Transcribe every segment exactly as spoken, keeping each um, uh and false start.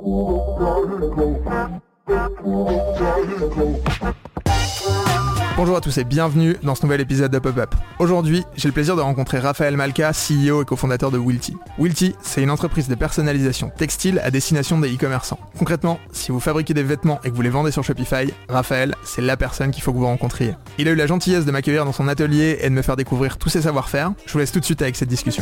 Bonjour à tous et bienvenue dans ce nouvel épisode de Pop-Up. Aujourd'hui, j'ai le plaisir de rencontrer Raphaël Malka, C E O et cofondateur de Wilty. Wilty, c'est une entreprise de personnalisation textile à destination des e-commerçants. Concrètement, si vous fabriquez des vêtements et que vous les vendez sur Shopify, Raphaël, c'est la personne qu'il faut que vous rencontriez. Il a eu la gentillesse de m'accueillir dans son atelier et de me faire découvrir tous ses savoir-faire. Je vous laisse tout de suite avec cette discussion.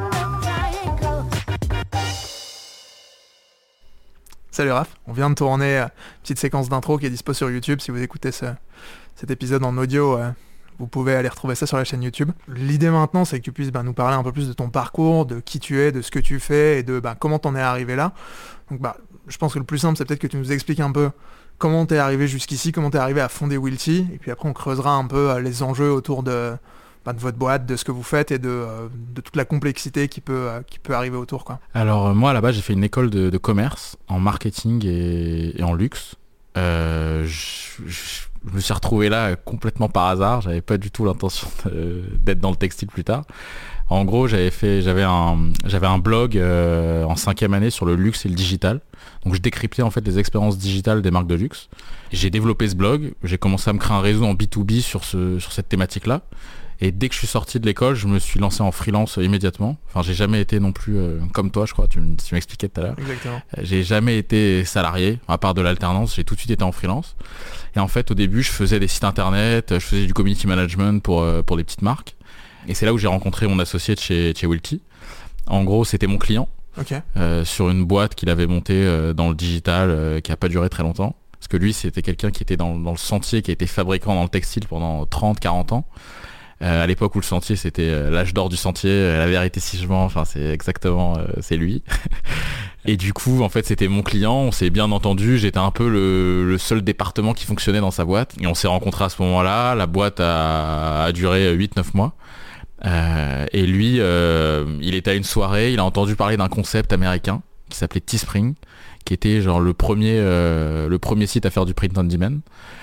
Salut Raph, on vient de tourner une petite séquence d'intro qui est dispo sur YouTube. Si vous écoutez ce, cet épisode en audio, euh, vous pouvez aller retrouver ça sur la chaîne YouTube. L'idée maintenant, c'est que tu puisses bah, nous parler un peu plus de ton parcours, de qui tu es, de ce que tu fais et de bah, comment t'en es arrivé là. Donc bah, je pense que le plus simple, c'est peut-être que tu nous expliques un peu comment t'es arrivé jusqu'ici, comment t'es arrivé à fonder Wilty, et puis après on creusera un peu euh, les enjeux autour de... de votre boîte, de ce que vous faites et de, euh, de toute la complexité qui peut, euh, qui peut arriver autour, quoi. Alors euh, moi à la base j'ai fait une école de, de commerce en marketing et, et en luxe. Euh, je, je, je me suis retrouvé là complètement par hasard, j'avais pas du tout l'intention de, d'être dans le textile plus tard. En gros j'avais fait, j'avais un, j'avais un blog euh, en cinquième année sur le luxe et le digital. Donc je décryptais en fait les expériences digitales des marques de luxe. J'ai développé ce blog, j'ai commencé à me créer un réseau en B deux B sur, ce, sur cette thématique-là. Et dès que je suis sorti de l'école, je me suis lancé en freelance immédiatement. Enfin, j'ai jamais été non plus euh, comme toi, je crois, tu, tu m'expliquais tout à l'heure. Exactement. Euh, j'ai jamais été salarié, à part de l'alternance, j'ai tout de suite été en freelance. Et en fait, au début, je faisais des sites internet, je faisais du community management pour, euh, pour les petites marques. Et c'est là où j'ai rencontré mon associé de chez, chez Wilty. En gros, c'était mon client, okay. euh, sur une boîte qu'il avait montée euh, dans le digital, euh, qui a pas duré très longtemps. Parce que lui, c'était quelqu'un qui était dans, dans le sentier, qui a été fabricant dans le textile pendant trente quarante ans. Euh, à l'époque où le sentier c'était euh, l'âge d'or du sentier, euh, la vérité si je mens, enfin c'est exactement euh, c'est lui. Et du coup en fait c'était mon client, on s'est bien entendu, j'étais un peu le, le seul département qui fonctionnait dans sa boîte. Et on s'est rencontrés à ce moment-là, la boîte a, a duré huit neuf mois. Euh, et lui euh, il était à une soirée, il a entendu parler d'un concept américain qui s'appelait Teespring, qui était genre le premier, euh, le premier site à faire du print on demand.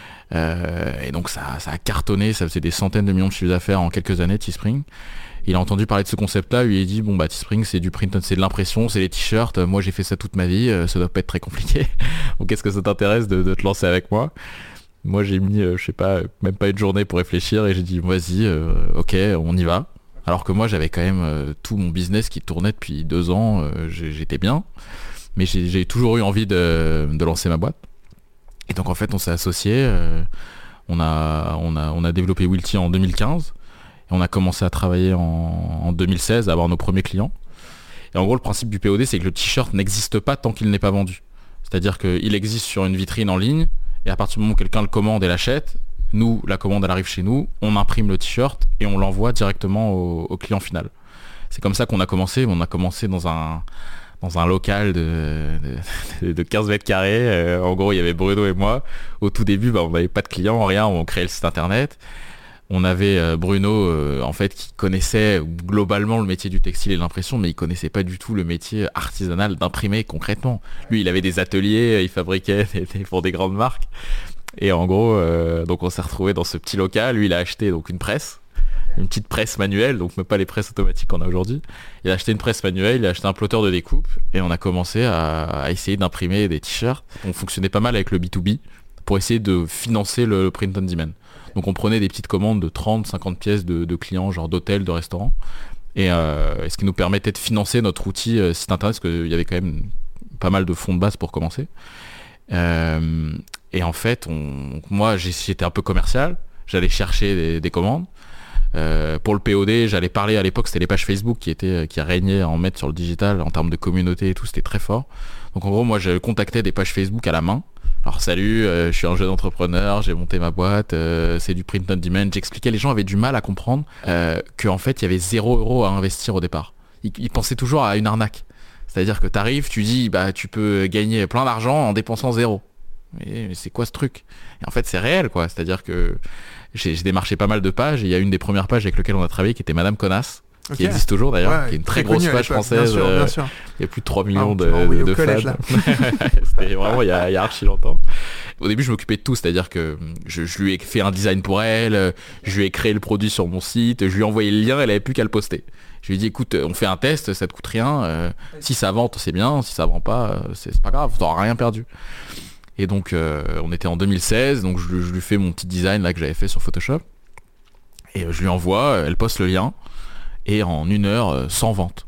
Euh, et donc ça, ça a cartonné, ça faisait des centaines de millions de chiffres d'affaires en quelques années, Teespring. Il a entendu parler de ce concept-là, lui il a dit bon bah Teespring c'est du print, c'est de l'impression, c'est les t-shirts, moi j'ai fait ça toute ma vie, ça doit pas être très compliqué. Donc est-ce que ça t'intéresse de, de te lancer avec moi? Moi j'ai mis, euh, je sais pas, même pas une journée pour réfléchir et j'ai dit vas-y, euh, ok, on y va. Alors que moi j'avais quand même euh, tout mon business qui tournait depuis deux ans, euh, j'étais bien, mais j'ai, j'ai toujours eu envie de, de lancer ma boîte. Et donc en fait on s'est associés, euh, on, a, on, a, on a développé Wilty en deux mille quinze et on a commencé à travailler en, en deux mille seize à avoir nos premiers clients. Et en gros le principe du P O D c'est que le t-shirt n'existe pas tant qu'il n'est pas vendu. C'est-à-dire qu'il existe sur une vitrine en ligne et à partir du moment où quelqu'un le commande et l'achète, nous la commande elle arrive chez nous, on imprime le t-shirt et on l'envoie directement au, au client final. C'est comme ça qu'on a commencé, on a commencé dans un... dans un local de, de, de quinze mètres carrés. Euh, en gros, il y avait Bruno et moi. Au tout début, bah, on n'avait pas de clients, rien. On créait le site internet. On avait euh, Bruno, euh, en fait, qui connaissait globalement le métier du textile et de l'impression, mais il connaissait pas du tout le métier artisanal d'imprimer concrètement. Lui, il avait des ateliers, il fabriquait des, des, pour des grandes marques. Et en gros, euh, donc on s'est retrouvé dans ce petit local. Lui, il a acheté donc une presse. Une petite presse manuelle, donc même pas les presses automatiques qu'on a aujourd'hui. Il a acheté une presse manuelle, il a acheté un plotter de découpe et on a commencé à, à essayer d'imprimer des t-shirts. On fonctionnait pas mal avec le B deux B pour essayer de financer le, le print on demand. Donc on prenait des petites commandes de trente cinquante pièces de, de clients, genre d'hôtels, de restaurants, et, euh, et ce qui nous permettait de financer notre outil euh, site internet, parce qu'il y avait quand même pas mal de fonds de base pour commencer. Euh, et en fait, on, moi j'étais un peu commercial, j'allais chercher des, des commandes. Euh, pour le P O D, j'allais parler à l'époque, c'était les pages Facebook qui étaient qui régnaient en maître sur le digital en termes de communauté et tout, c'était très fort. Donc en gros, moi je contactais des pages Facebook à la main. Alors salut, euh, je suis un jeune entrepreneur, j'ai monté ma boîte, euh, c'est du print on demand. J'expliquais, les gens avaient du mal à comprendre euh, qu'en fait il y avait zéro euro à investir au départ. Ils, ils pensaient toujours à une arnaque. C'est-à-dire que t'arrives, tu dis bah tu peux gagner plein d'argent en dépensant zéro. Mais c'est quoi ce truc? Et en fait c'est réel quoi, c'est-à-dire que j'ai, j'ai démarché pas mal de pages et il y a une des premières pages avec lesquelles on a travaillé qui était Madame Connasse, qui okay. existe toujours d'ailleurs, ouais, qui est une très, très grosse page française, bien sûr, bien sûr. Il y a plus de trois millions ah, de, de, de fans. C'était vraiment il y, a, il y a archi longtemps. Au début je m'occupais de tout, c'est-à-dire que je, je lui ai fait un design pour elle, je lui ai créé le produit sur mon site, je lui ai envoyé le lien, elle avait plus qu'à le poster. Je lui ai dit écoute, on fait un test, ça te coûte rien. Euh, si ça vend, c'est bien. Si ça vend pas, euh, c'est, c'est pas grave, t'auras rien perdu. Et donc euh, on était en deux mille seize, donc je, je lui fais mon petit design là que j'avais fait sur Photoshop. Et euh, je lui envoie, elle poste le lien. Et en une heure, euh, sans vente.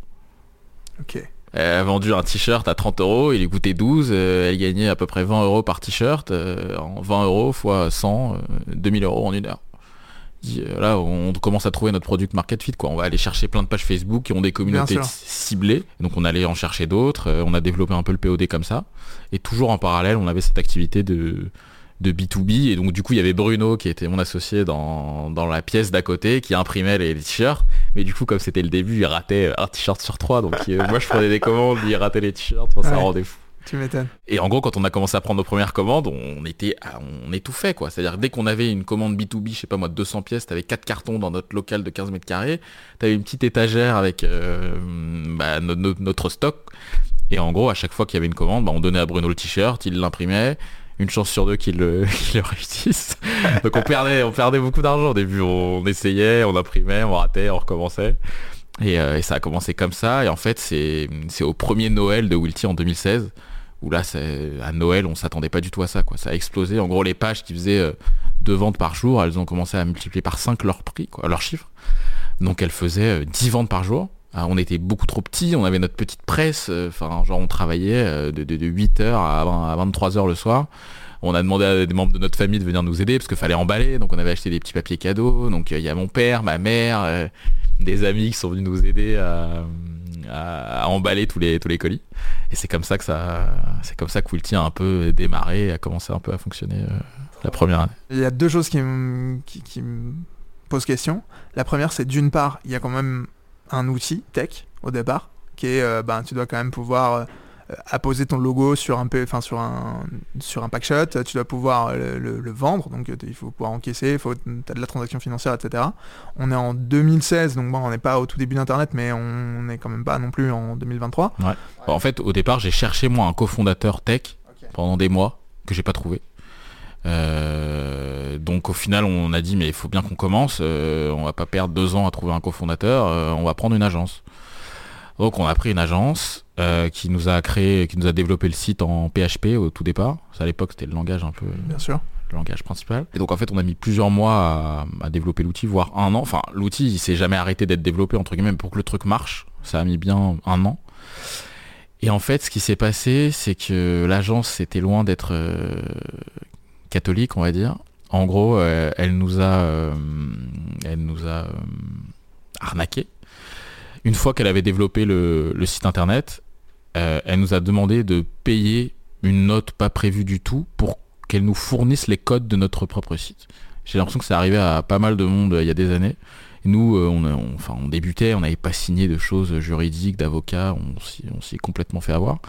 Ok. Elle a vendu un t-shirt à trente euros, il lui coûtait douze, euh, elle gagnait à peu près vingt euros par t-shirt, euh, en vingt euros fois cent, euh, deux mille euros en une heure. Dit, euh, là, on commence à trouver notre product market fit, quoi. On va aller chercher plein de pages Facebook qui ont des communautés ciblées. Donc on allait en chercher d'autres, euh, on a développé un peu le P O D comme ça. Et toujours en parallèle, on avait cette activité de... de B deux B, et donc du coup il y avait Bruno qui était mon associé dans, dans la pièce d'à côté qui imprimait les, les t-shirts, mais du coup comme c'était le début il ratait un t-shirt sur trois, donc euh, moi je prenais des commandes, il ratait les t-shirts, enfin, ça ouais, rendait fou. Tu m'étonnes. Et en gros quand on a commencé à prendre nos premières commandes, on était on étouffait quoi, c'est-à-dire dès qu'on avait une commande B deux B, je sais pas moi de deux cents pièces, t'avais quatre cartons dans notre local de quinze mètres carrés, t'avais une petite étagère avec euh, bah, no, no, notre stock, et en gros à chaque fois qu'il y avait une commande, bah, on donnait à Bruno le t-shirt, il l'imprimait, une chance sur deux qu'ils le, qu'ils le réussissent. Donc on perdait, on perdait beaucoup d'argent au début. On essayait, on imprimait, on ratait, on recommençait. Et, euh, et ça a commencé comme ça. Et en fait, c'est, c'est au premier Noël de Wilty en deux mille seize, où là, c'est, à Noël, on s'attendait pas du tout à ça, quoi. Ça a explosé. En gros, les pages qui faisaient euh, deux ventes par jour, elles ont commencé à multiplier par cinq leur prix, quoi, leur chiffre. Donc elles faisaient euh, dix ventes par jour. Alors, on était beaucoup trop petits, on avait notre petite presse, enfin euh, genre on travaillait euh, de, de, de huit heures à vingt-trois heures le soir. On a demandé à des membres de notre famille de venir nous aider parce qu'il fallait emballer, donc on avait acheté des petits papiers cadeaux. Donc il euh, y a mon père, ma mère, euh, des amis qui sont venus nous aider à, à, à emballer tous les tous les colis. Et c'est comme ça que ça, c'est comme ça que Wilty a un peu démarré et a commencé un peu à fonctionner euh, la première année. Il y a deux choses qui me qui, qui me posent question. La première, c'est d'une part, il y a quand même un outil tech au départ qui est euh, ben tu dois quand même pouvoir euh, apposer ton logo sur un peu enfin sur un sur un packshot, tu dois pouvoir le, le, le vendre, donc il faut pouvoir encaisser, il faut t'as de la transaction financière, etc. On est en deux mille seize, donc bon, on n'est pas au tout début d'internet, mais on n'est quand même pas non plus en deux mille vingt-trois. Ouais. Bon, en fait au départ j'ai cherché moi un cofondateur tech okay. pendant des mois que j'ai pas trouvé. Euh, donc au final on a dit mais il faut bien qu'on commence, euh, on va pas perdre deux ans à trouver un cofondateur, euh, on va prendre une agence. Donc on a pris une agence euh, qui nous a créé, qui nous a développé le site en P H P au tout départ. À l'époque c'était le langage un peu, bien sûr, le langage principal. Et donc en fait on a mis plusieurs mois à, à développer l'outil, voire un an. Enfin l'outil il s'est jamais arrêté d'être développé entre guillemets pour que le truc marche. Ça a mis bien un an. Et en fait ce qui s'est passé c'est que l'agence était loin d'être euh, catholique on va dire. En gros euh, elle nous a, euh, elle nous a euh, arnaqué. Une fois qu'elle avait développé le, le site internet, euh, elle nous a demandé de payer une note pas prévue du tout pour qu'elle nous fournisse les codes de notre propre site. J'ai l'impression que ça arrivait à pas mal de monde euh, il y a des années. Et nous, euh, on, on, enfin, on débutait, on n'avait pas signé de choses juridiques, d'avocats, on s'y, on s'y est complètement fait avoir.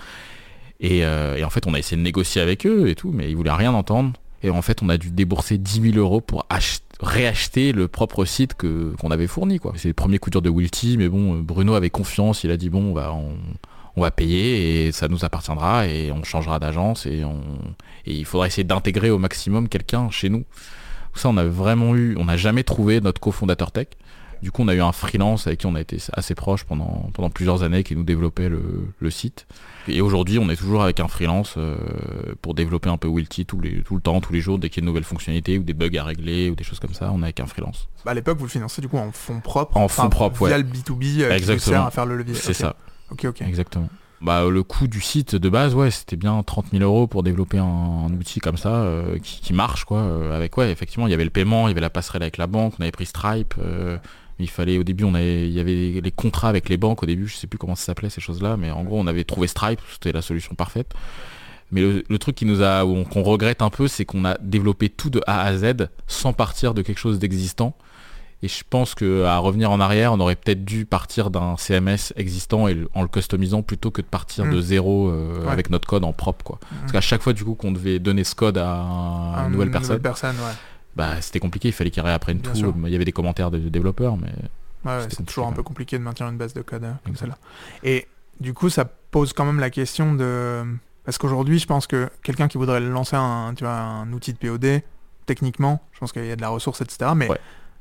Et, euh, et en fait, on a essayé de négocier avec eux et tout, mais ils voulaient rien entendre. Et en fait, on a dû débourser dix mille euros pour acheter, réacheter le propre site que, qu'on avait fourni, quoi. C'est le premier coup dur de Wilty, mais bon, Bruno avait confiance, il a dit bon, on va, on, on va payer et ça nous appartiendra et on changera d'agence et, on, et il faudra essayer d'intégrer au maximum quelqu'un chez nous. Ça, on a vraiment eu, on n'a jamais trouvé notre cofondateur tech. Du coup, on a eu un freelance avec qui on a été assez proche pendant, pendant plusieurs années qui nous développait le, le site. Et aujourd'hui, on est toujours avec un freelance euh, pour développer un peu Wilty tout, les, tout le temps, tous les jours, dès qu'il y a de nouvelles fonctionnalités ou des bugs à régler ou des choses comme ça, on est avec un freelance. Bah à l'époque, vous le financez du coup en fonds propres. En fonds propres, ouais. Via le B deux B euh, qui vous sert à faire le levier. C'est okay. ça. Ok, ok. Exactement. Bah, le coût du site de base, ouais, c'était bien trente mille euros pour développer un, un outil comme ça euh, qui, qui marche, quoi. Euh, avec, ouais, effectivement, il y avait le paiement, il y avait la passerelle avec la banque, on avait pris Stripe. Euh, il fallait, au début, on avait, il y avait les contrats avec les banques au début, je sais plus comment ça s'appelait ces choses-là, mais en gros, on avait trouvé Stripe, c'était la solution parfaite. Mais le, le truc qui nous a, qu'on regrette un peu, c'est qu'on a développé tout de A à Z sans partir de quelque chose d'existant. Et je pense qu'à revenir en arrière, on aurait peut-être dû partir d'un C M S existant et en le customisant plutôt que de partir mmh. de zéro euh, ouais. avec notre code en propre, quoi. Mmh. Parce qu'à chaque fois du coup qu'on devait donner ce code à, un, à une nouvelle personne, nouvelle personne ouais. bah c'était compliqué, il fallait qu'ils réapprennent tout. Sûr. Il y avait des commentaires de développeurs, mais ouais, ouais, c'est toujours un peu compliqué de maintenir une base de code hein, comme celle-là. Et du coup, ça pose quand même la question de, parce qu'aujourd'hui, je pense que quelqu'un qui voudrait lancer un, tu vois, un outil de P O D, techniquement, je pense qu'il y a de la ressource, et cetera. Mais ouais.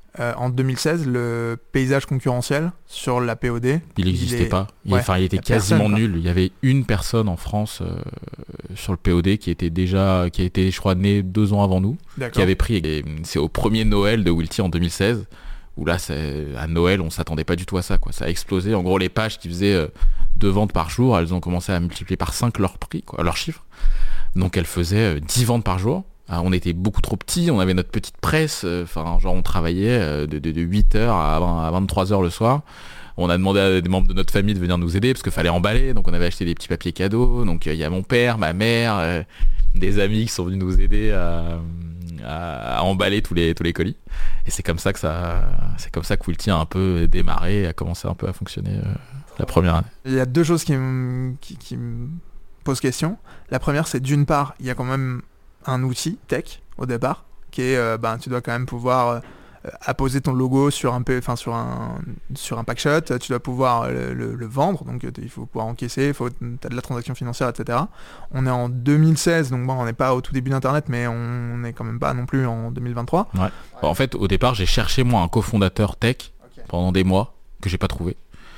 Euh, en deux mille seize, le paysage concurrentiel sur la P O D, il n'existait est... pas. Il, ouais, enfin, il était quasiment personne, nul. Il y avait une personne en France euh, sur le P O D qui était déjà, qui a été, je crois, née deux ans avant nous, D'accord. qui avait pris. Et c'est au premier Noël de Wilty en deux mille seize où là, à Noël, on s'attendait pas du tout à ça, quoi. Ça a explosé. En gros, les pages qui faisaient euh, deux ventes par jour, elles ont commencé à multiplier par cinq leur prix, quoi, leur chiffre. Donc, elles faisaient euh, dix ventes par jour. On était beaucoup trop petits, on avait notre petite presse, enfin genre on travaillait de, de, de huit heures à vingt-trois heures le soir. On a demandé à des membres de notre famille de venir nous aider parce qu'il fallait emballer, donc on avait acheté des petits papiers cadeaux. Donc il y a mon père, ma mère, euh, des amis qui sont venus nous aider à, à, à emballer tous les tous les colis. Et c'est comme ça que ça, c'est comme ça que Wilty a un peu démarré, et a commencé un peu à fonctionner euh, la première année. Il y a deux choses qui me qui, qui me posent question. La première, c'est d'une part, il y a quand même un outil tech au départ qui est euh, ben tu dois quand même pouvoir euh, apposer ton logo sur un enfin sur un sur un packshot, tu dois pouvoir le, le, le vendre, donc il faut pouvoir encaisser, il faut t'as de la transaction financière, etc. On est en deux mille seize, donc bon, on n'est pas au tout début d'internet, mais on n'est quand même pas non plus en deux mille vingt-trois. Ouais. En fait, au départ, j'ai cherché moi un cofondateur tech okay. pendant des mois que j'ai pas trouvé.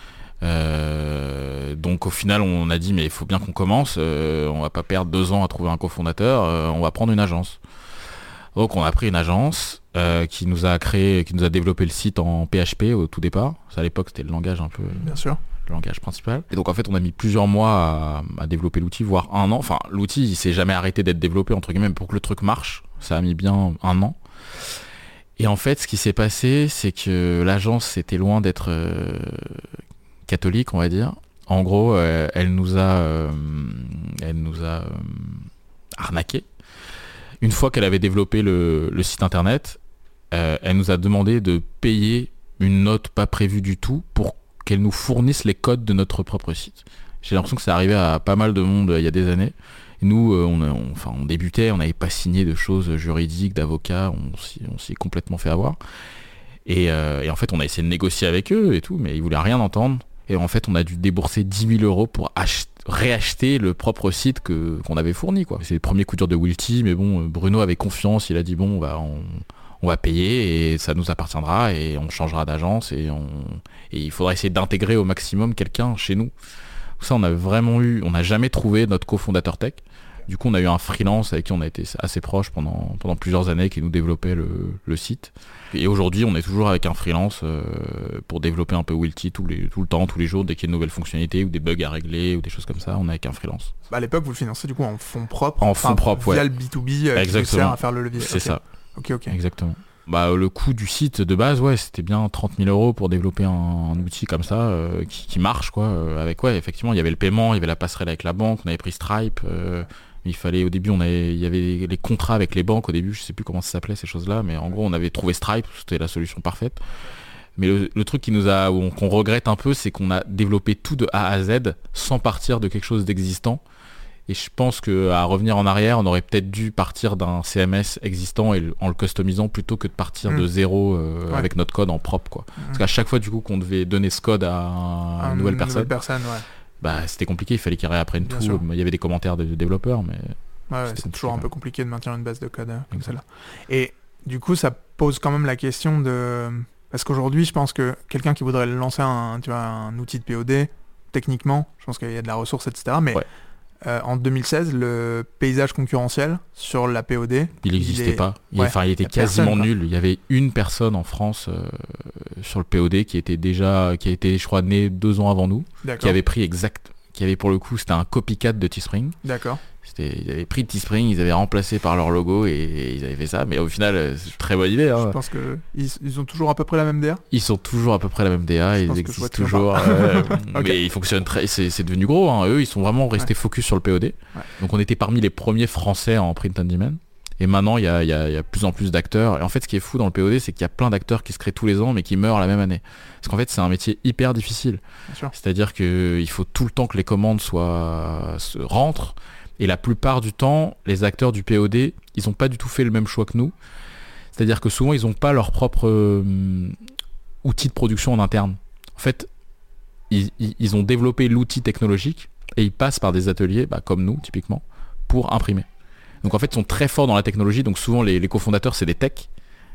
Euh, donc au final on a dit mais il faut bien qu'on commence, euh, on va pas perdre deux ans à trouver un cofondateur, euh, on va prendre une agence. Donc on a pris une agence euh, qui nous a créé, qui nous a développé le site en P H P au tout départ. À l'époque c'était le langage un peu, bien sûr, le langage principal. Et donc en fait on a mis plusieurs mois à, à développer l'outil, voire un an. Enfin l'outil il s'est jamais arrêté d'être développé entre guillemets pour que le truc marche. Ça a mis bien un an. Et en fait ce qui s'est passé c'est que l'agence était loin d'être euh, catholique, on va dire. En gros, euh, elle nous a, euh, elle nous a euh, arnaqué. Une fois qu'elle avait développé le, le site internet, euh, elle nous a demandé de payer une note pas prévue du tout pour qu'elle nous fournisse les codes de notre propre site. J'ai l'impression que ça arrivait à pas mal de monde euh, il y a des années. Et nous, euh, on, on, enfin, on débutait, on n'avait pas signé de choses juridiques, d'avocats, on s'y, on s'y est complètement fait avoir. Et, euh, et en fait, on a essayé de négocier avec eux et tout, mais ils voulaient rien entendre. Et en fait, on a dû débourser dix mille euros pour ach- réacheter le propre site que, qu'on avait fourni, quoi. C'est le premier coup dur de Wilty, mais bon, Bruno avait confiance, il a dit bon, on va, on, on va payer et ça nous appartiendra et on changera d'agence et, on, et il faudra essayer d'intégrer au maximum quelqu'un chez nous. Ça, on a vraiment eu, on n'a jamais trouvé notre cofondateur tech. Du coup, on a eu un freelance avec qui on a été assez proche pendant, pendant plusieurs années qui nous développait le, le site. Et aujourd'hui, on est toujours avec un freelance euh, pour développer un peu Wilty tout, les, tout le temps, tous les jours, dès qu'il y a une nouvelle fonctionnalité ou des bugs à régler ou des choses comme ça, on est avec un freelance. Bah à l'époque, vous le financez du coup en fonds propres. En fonds propres, ouais. Via le B deux B euh, qui vous sert à faire le levier. C'est okay. ça. Ok, ok. Exactement. Bah, le coût du site de base, ouais, c'était bien trente mille euros pour développer un, un outil comme ça euh, qui, qui marche, quoi. Euh, avec, ouais, effectivement, il y avait le paiement, il y avait la passerelle avec la banque, on avait pris Stripe. Euh, il fallait, au début, on avait, il y avait les contrats avec les banques au début, je sais plus comment ça s'appelait ces choses-là, mais en gros, on avait trouvé Stripe, c'était la solution parfaite. Mais le, le truc qui nous a, on, qu'on regrette un peu, c'est qu'on a développé tout de A à Z sans partir de quelque chose d'existant. Et je pense qu'à revenir en arrière, on aurait peut-être dû partir d'un C M S existant et en le customisant plutôt que de partir mmh. de zéro euh, ouais. avec notre code en propre, quoi. Mmh. Parce qu'à chaque fois du coup qu'on devait donner ce code à, un, à une nouvelle personne, nouvelle personne ouais. bah, c'était compliqué, il fallait qu'ils réapprennent Bien tout. Sûr. Il y avait des commentaires de développeurs, mais ouais, ouais, c'est toujours un peu compliqué de maintenir une base de code hein, comme celle-là. Et du coup, ça pose quand même la question de... Parce qu'aujourd'hui, je pense que quelqu'un qui voudrait lancer un, tu vois, un outil de P O D, techniquement, je pense qu'il y a de la ressource, et cetera. Mais ouais. euh, en deux mille seize, le paysage concurrentiel sur la P O D... Il n'existait est... pas. Il, ouais, enfin, il était quasiment personne, nul. Quoi. Il y avait une personne en France euh, sur le P O D qui était déjà, qui a été, je crois, née deux ans avant nous, D'accord. qui avait pris exact... qui avait pour le coup, c'était un copycat de Teespring. D'accord. C'était, ils avaient pris Teespring, ils avaient remplacé par leur logo et, et ils avaient fait ça. Mais au final, c'est une très bonne idée. Hein. Je pense que ils, ils ont toujours à peu près la même D A. Ils sont toujours à peu près la même D A. Je ils existent toujours. Euh, okay. Mais ils fonctionnent très. C'est, c'est devenu gros. Hein. Eux, ils sont vraiment restés ouais. focus sur le P O D. Ouais. Donc on était parmi les premiers Français en print on demand. Et maintenant, il y a, y, a, y a plus en plus d'acteurs. Et en fait, ce qui est fou dans le P O D, c'est qu'il y a plein d'acteurs qui se créent tous les ans, mais qui meurent la même année. Parce qu'en fait, c'est un métier hyper difficile. C'est-à-dire qu'il faut tout le temps que les commandes soient se rentrent. Et la plupart du temps, les acteurs du P O D, ils n'ont pas du tout fait le même choix que nous. C'est-à-dire que souvent, ils n'ont pas leur propre euh, outil de production en interne. En fait, ils, ils, ils ont développé l'outil technologique et ils passent par des ateliers, bah, comme nous, typiquement, pour imprimer. Donc en fait, ils sont très forts dans la technologie. Donc souvent, les, les cofondateurs, c'est des techs.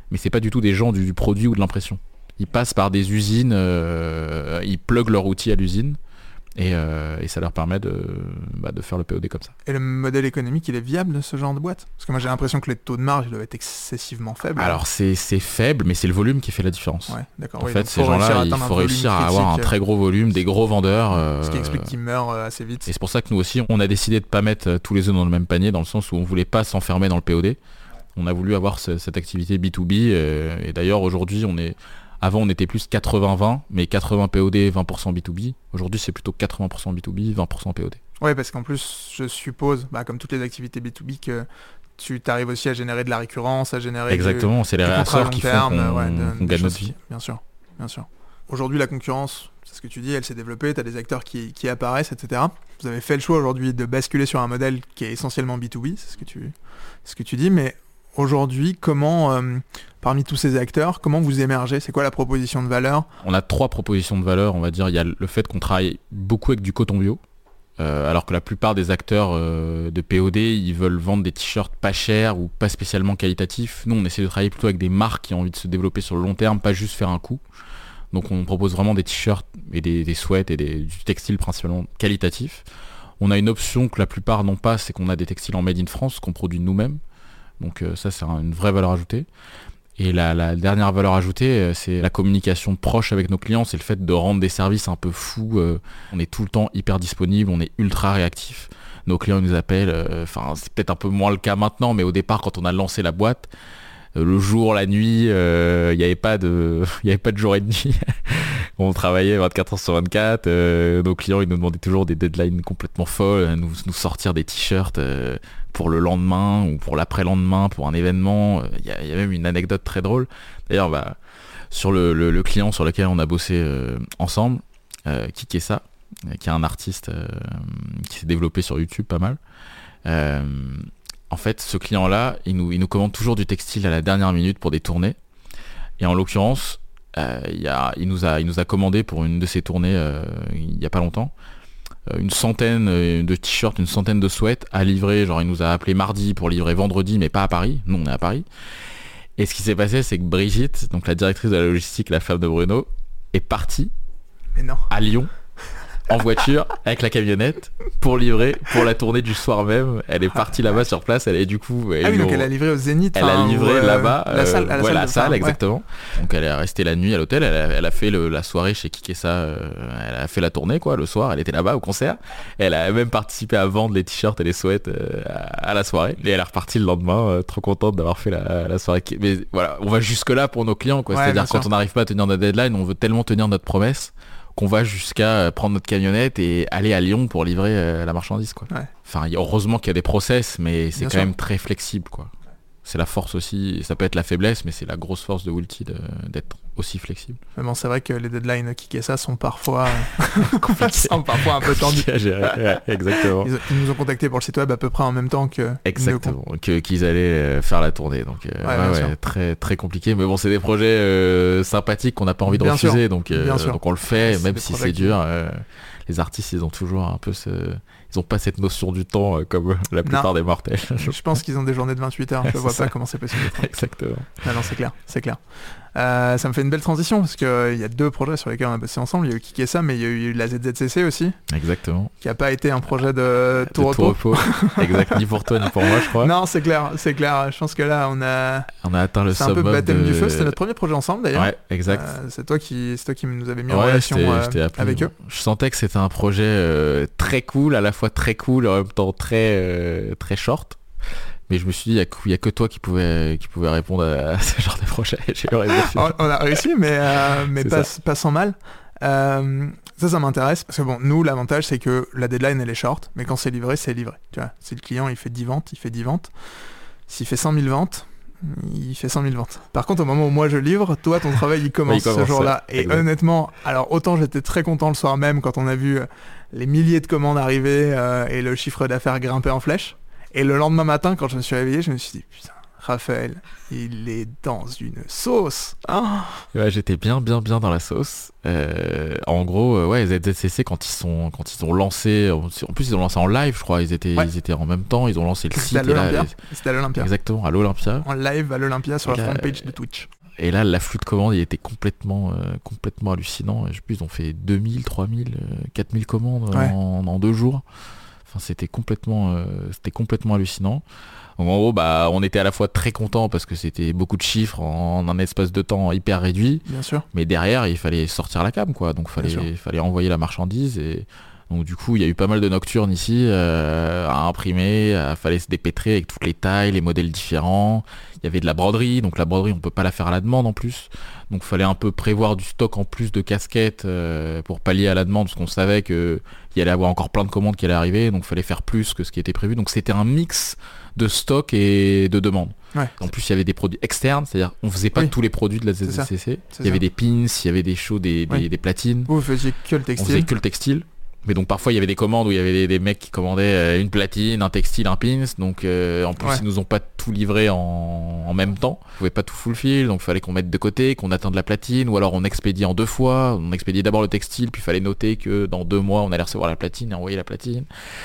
mais c'est pas du tout des gens du, du produit ou de l'impression. Ils passent par des usines, euh, ils pluguent leur outil à l'usine et, euh, et ça leur permet de, bah, de faire le P O D comme ça. Et le modèle économique, il est viable de ce genre de boîte? Parce que moi j'ai l'impression que les taux de marge doivent être excessivement faibles. Alors c'est, c'est faible, mais c'est le volume qui fait la différence. Ouais, d'accord. En Oui, fait, ces gens-là, il faut réussir à avoir un très gros volume, des gros vendeurs. Euh, ce qui explique qu'ils meurent assez vite. Et c'est pour ça que nous aussi, on a décidé de pas mettre tous les œufs dans le même panier, dans le sens où on voulait pas s'enfermer dans le P O D. On a voulu avoir ce, cette activité B to B. Euh, et d'ailleurs, aujourd'hui, on est... Avant, on était plus quatre-vingts vingt, mais quatre-vingts P O D, vingt pour cent B to B. Aujourd'hui, c'est plutôt quatre-vingts pour cent B to B, vingt pour cent P O D. Ouais, parce qu'en plus, je suppose, bah, comme toutes les activités B to B, que tu arrives aussi à générer de la récurrence, à générer Exactement, du, c'est les réassorts qui font qu'on, ouais, de, qu'on gagne notre vie. Qui, bien sûr, bien sûr. Aujourd'hui, la concurrence, c'est ce que tu dis, elle s'est développée, tu as des acteurs qui, qui apparaissent, et cetera. Vous avez fait le choix aujourd'hui de basculer sur un modèle qui est essentiellement B to B, c'est ce que tu, c'est ce que tu dis, mais aujourd'hui, comment, euh, parmi tous ces acteurs, comment vous émergez? C'est quoi la proposition de valeur? On a trois propositions de valeur, on va dire. Il y a le fait qu'on travaille beaucoup avec du coton bio, euh, alors que la plupart des acteurs euh, de P O D, ils veulent vendre des t-shirts pas chers ou pas spécialement qualitatifs. Nous, on essaie de travailler plutôt avec des marques qui ont envie de se développer sur le long terme, pas juste faire un coup. Donc on propose vraiment des t-shirts et des, des sweats et des, du textile principalement qualitatif. On a une option que la plupart n'ont pas, c'est qu'on a des textiles en made in France qu'on produit nous-mêmes. Donc euh, ça c'est une vraie valeur ajoutée. Et la, la dernière valeur ajoutée, euh, c'est la communication proche avec nos clients, c'est le fait de rendre des services un peu fous. Euh, on est tout le temps hyper disponible, on est ultra réactif. Nos clients nous appellent, enfin euh, c'est peut-être un peu moins le cas maintenant, mais au départ quand on a lancé la boîte, euh, le jour, la nuit, il euh, n'y avait pas de, il y avait pas de jour et de nuit. On travaillait vingt-quatre heures sur vingt-quatre, euh, nos clients ils nous demandaient toujours des deadlines complètement folles, nous, nous sortir des t-shirts euh, pour le lendemain ou pour l'après-lendemain, pour un événement. Il y, y a même une anecdote très drôle. D'ailleurs, bah, sur le, le, le client sur lequel on a bossé euh, ensemble, euh, Kikessa, euh, qui est un artiste euh, qui s'est développé sur YouTube pas mal. Euh, en fait, ce client-là, il nous, il nous commande toujours du textile à la dernière minute pour des tournées. Et en l'occurrence, Euh, il, y a, il, nous a, il nous a commandé pour une de ses tournées euh, il n'y a pas longtemps euh, une centaine de t-shirts, une centaine de sweats à livrer. Genre il nous a appelé mardi pour livrer vendredi, mais pas à Paris. Nous on est à Paris. Et ce qui s'est passé, c'est que Brigitte, donc la directrice de la logistique, la femme de Bruno, est partie mais non. à Lyon en voiture avec la camionnette pour livrer pour la tournée du soir même. Elle est partie ah, là-bas sur place. Elle est du coup. Ah oui, donc elle a livré au Zénith. Elle a livré euh, là-bas. La salle, à la ouais, salle, la de salle fin, exactement. Ouais. Donc elle est restée la nuit à l'hôtel. Elle a, elle a fait le, la soirée chez Kikessa. Euh, elle a fait la tournée quoi. Le soir, elle était là-bas au concert. Elle a même participé à vendre les t-shirts et les sweats euh, à, à la soirée. Et elle est repartie le lendemain, euh, trop contente d'avoir fait la, la soirée. Mais voilà, on va jusque là pour nos clients quoi. Ouais, c'est-à-dire quand sûr. On n'arrive pas à tenir notre deadline, on veut tellement tenir notre promesse qu'on va jusqu'à prendre notre camionnette et aller à Lyon pour livrer euh, la marchandise quoi. Ouais. Enfin, heureusement qu'il y a des process, mais c'est Bien quand sûr. Même très flexible quoi. C'est la force aussi, ça peut être la faiblesse, mais c'est la grosse force de Woolty de, d'être aussi flexible. Mais bon, c'est vrai que les deadlines Kikessa sont parfois sont parfois un peu tendus. Ouais, exactement. Ils, ils nous ont contactés pour le site web à peu près en même temps que exactement que, qu'ils allaient faire la tournée. Donc euh, ouais, ouais, ouais, très très compliqué. Mais bon, c'est des projets euh, sympathiques qu'on n'a pas envie de bien refuser, sûr. donc euh, donc on le fait, ouais, même si c'est dur. Euh, les artistes, ils ont toujours un peu ce ils ont pas cette notion du temps euh, comme la plupart non. des mortels. Je, je pense qu'ils ont des journées de vingt-huit heures. Je vois ça. Pas comment c'est possible. Exactement. Non, non, c'est clair, c'est clair. Euh, ça me fait une belle transition parce qu'il euh, y a deux projets sur lesquels on a bossé ensemble. Il y a eu Kikessa, mais il y a eu la Z Z C C aussi. Exactement. Qui n'a pas été un projet de tout de repos. Tout repos. Exact. Ni pour toi ni pour moi, je crois. Non, c'est clair, c'est clair. Je pense que là, on a. On a atteint le summum. C'est un peu baptême de... du feu. C'était notre premier projet ensemble d'ailleurs. Ouais, exact. Euh, c'est toi qui, c'est toi qui nous avais mis en ouais, relation j'étais, euh, j'étais avec eux. Je sentais que c'était un projet euh, très cool, à la fois très cool et en même temps très euh, très short. Mais je me suis dit, il n'y a que toi qui pouvait, qui pouvait répondre à ce genre de projet. J'ai eu on, on a réussi, mais, euh, mais pas, pas sans mal. Euh, ça, ça m'intéresse. Parce que bon, nous, l'avantage, c'est que la deadline, elle est short. Mais quand c'est livré, c'est livré. Tu vois, si le client, il fait dix ventes, il fait dix ventes. S'il fait cent mille ventes, il fait cent mille ventes. Par contre, au moment où moi je livre, toi, ton travail, il commence, oui, il commence ce jour-là. Ouais, et exact. Honnêtement, alors autant j'étais très content le soir même quand on a vu les milliers de commandes arriver euh, et le chiffre d'affaires grimper en flèche. Et le lendemain matin, quand je me suis réveillé, je me suis dit, putain, Raphaël, il est dans une sauce. Ah. Ouais, j'étais bien, bien, bien dans la sauce. Euh, en gros, euh, ouais, Z Z C C quand ils sont, quand ils ont lancé, en plus ils ont lancé en live, je crois. Ils étaient, Ouais. ils étaient en même temps. Ils ont lancé le C'était site. à Et là, l'Olympia. et- C'était à l'Olympia. exactement, à l'Olympia. En live à l'Olympia sur Et la là, front page de Twitch. Et là, l'afflux de commandes, il était complètement, euh, complètement hallucinant. Je sais plus, ils ont fait deux mille, trois mille, euh, quatre mille commandes Ouais. en, en deux jours. Enfin, c'était complètement, euh, c'était complètement hallucinant. Donc, en gros, bah, on était à la fois très contents parce que c'était beaucoup de chiffres en un espace de temps hyper réduit, Bien sûr. mais derrière, il fallait sortir la cam, quoi. Donc, Bien sûr. fallait, fallait envoyer la marchandise et donc du coup, il y a eu pas mal de nocturnes ici euh, à imprimer. Il fallait se dépêtrer avec toutes les tailles, les modèles différents. Il y avait de la broderie, donc la broderie, on peut pas la faire à la demande en plus. Donc, fallait un peu prévoir du stock en plus de casquettes euh, pour pallier à la demande, parce qu'on savait que il y allait avoir encore plein de commandes qui allaient arriver, donc fallait faire plus que ce qui était prévu. Donc, c'était un mix de stock et de demande. Ouais. En plus, il y avait des produits externes, c'est-à-dire on faisait pas Oui. tous les produits de la C'est ça. Z Z C C. C'est Il y avait ça. des pins, il y avait des shows, des, des, Oui. des platines. Vous, vous faisiez que le On faisait textile. que le textile. Mais donc parfois il y avait des commandes où il y avait des, des mecs qui commandaient euh, une platine, un textile, un pins. Donc euh, en plus Ouais. ils nous ont pas tout livré en, en même temps. On pouvait pas tout fulfill, donc il fallait qu'on mette de côté, qu'on attende la platine, ou alors on expédie en deux fois. On expédiait d'abord le textile, puis il fallait noter que dans deux mois on allait recevoir la platine et envoyer la platine.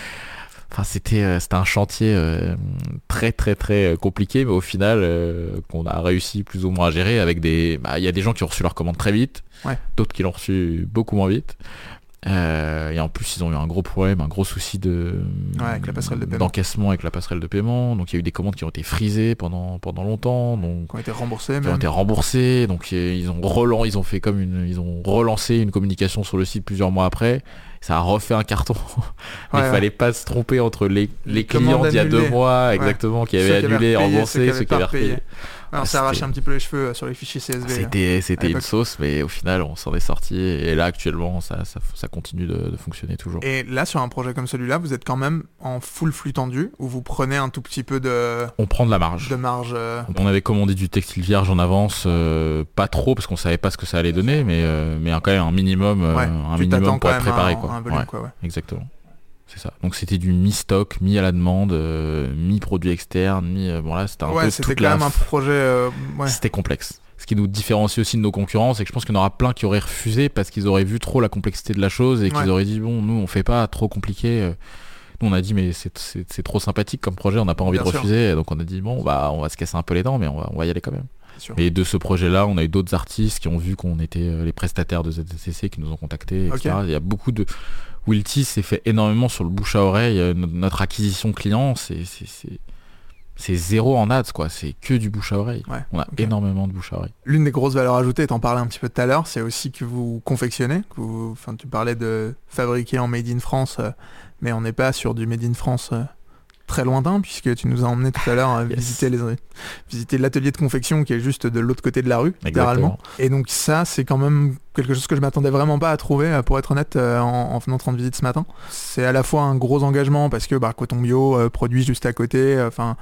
Enfin c'était euh, c'était un chantier euh, très très très euh, compliqué, mais au final euh, qu'on a réussi plus ou moins à gérer avec des. Bah, il y a des gens qui ont reçu leur commande très vite, Ouais. d'autres qui l'ont reçu beaucoup moins vite. Euh, et en plus ils ont eu un gros problème, un gros souci de Ouais, avec la passerelle de paiement. d'encaissement avec la passerelle de paiement. Donc il y a eu des commandes qui ont été frisées pendant pendant longtemps, donc Qui ont été remboursés. qui ont Même. été remboursées. Donc euh, ils ont relan ils ont fait comme une ils ont relancé une communication sur le site plusieurs mois après. Ça a refait un carton. Mais Ouais, il ouais. fallait pas se tromper entre les, les Les clients commandes d'il y a deux annulées. mois exactement qui Ceux avaient qui avaient annulé, repayé, remboursé, ceux ceux qui qui avaient avaient pas repayé. repayé. Ouais, on Ah, s'est arraché c'était- un petit peu les cheveux euh, sur les fichiers C S V. C'était c'était à une l'époque. sauce, mais au final on s'en est sorti et là actuellement ça ça, ça continue de, de fonctionner toujours. Et là, sur un projet comme celui-là, vous êtes quand même en full flux tendu, où vous prenez un tout petit peu de, On prend de la marge. de marge. euh, On avait commandé du textile vierge en avance, euh, pas trop parce qu'on savait pas ce que ça allait donner, mais mais, euh, mais quand même un minimum, euh, Ouais, un tu minimum t'attends pour quand être même préparé à un, quoi. un volume, Ouais, quoi, ouais. exactement. C'est ça. Donc c'était du mi-stock, mi à la demande, euh, mi-produit externe, mi euh, bon là c'était un Ouais, peu c'était toute quand la même un projet. euh, ouais. C'était complexe. Ce qui nous différencie aussi de nos concurrents, c'est que je pense qu'il y en aura plein qui auraient refusé parce qu'ils auraient vu trop la complexité de la chose et qu'ils Ouais. auraient dit bon, nous on fait pas trop compliqué. euh. Nous on a dit mais c'est, c'est, c'est trop sympathique comme projet, on n'a pas envie Bien de sûr. refuser. Donc on a dit bon bah on va se casser un peu les dents, mais on va, on va y aller quand même. C'est sûr. Et de ce projet-là, on a eu d'autres artistes qui ont vu qu'on était euh, les prestataires de Z Z C C qui nous ont contactés, et cetera. Ok. Il y a beaucoup de Wilty s'est fait énormément sur le bouche à oreille. Euh, no- Notre acquisition client, c'est c'est, c'est, c'est zéro en ads quoi. C'est que du bouche à oreille. Ouais, On a ok. énormément de bouche à oreille. L'une des grosses valeurs ajoutées, t'en parlais un petit peu tout à l'heure, c'est aussi que vous confectionnez. Que vous, enfin, tu parlais de fabriquer en Made in France, euh, mais on n'est pas sur du Made in France euh, très lointain, puisque tu nous as emmené tout à l'heure euh, Yes. visiter, les, visiter l'atelier de confection qui est juste de l'autre côté de la rue, littéralement. Et donc ça, c'est quand même quelque chose que je m'attendais vraiment pas à trouver, euh, pour être honnête, euh, en, en venant te rendre visite ce matin. C'est à la fois un gros engagement, parce que bah, Coton Bio euh, produit juste à côté, enfin...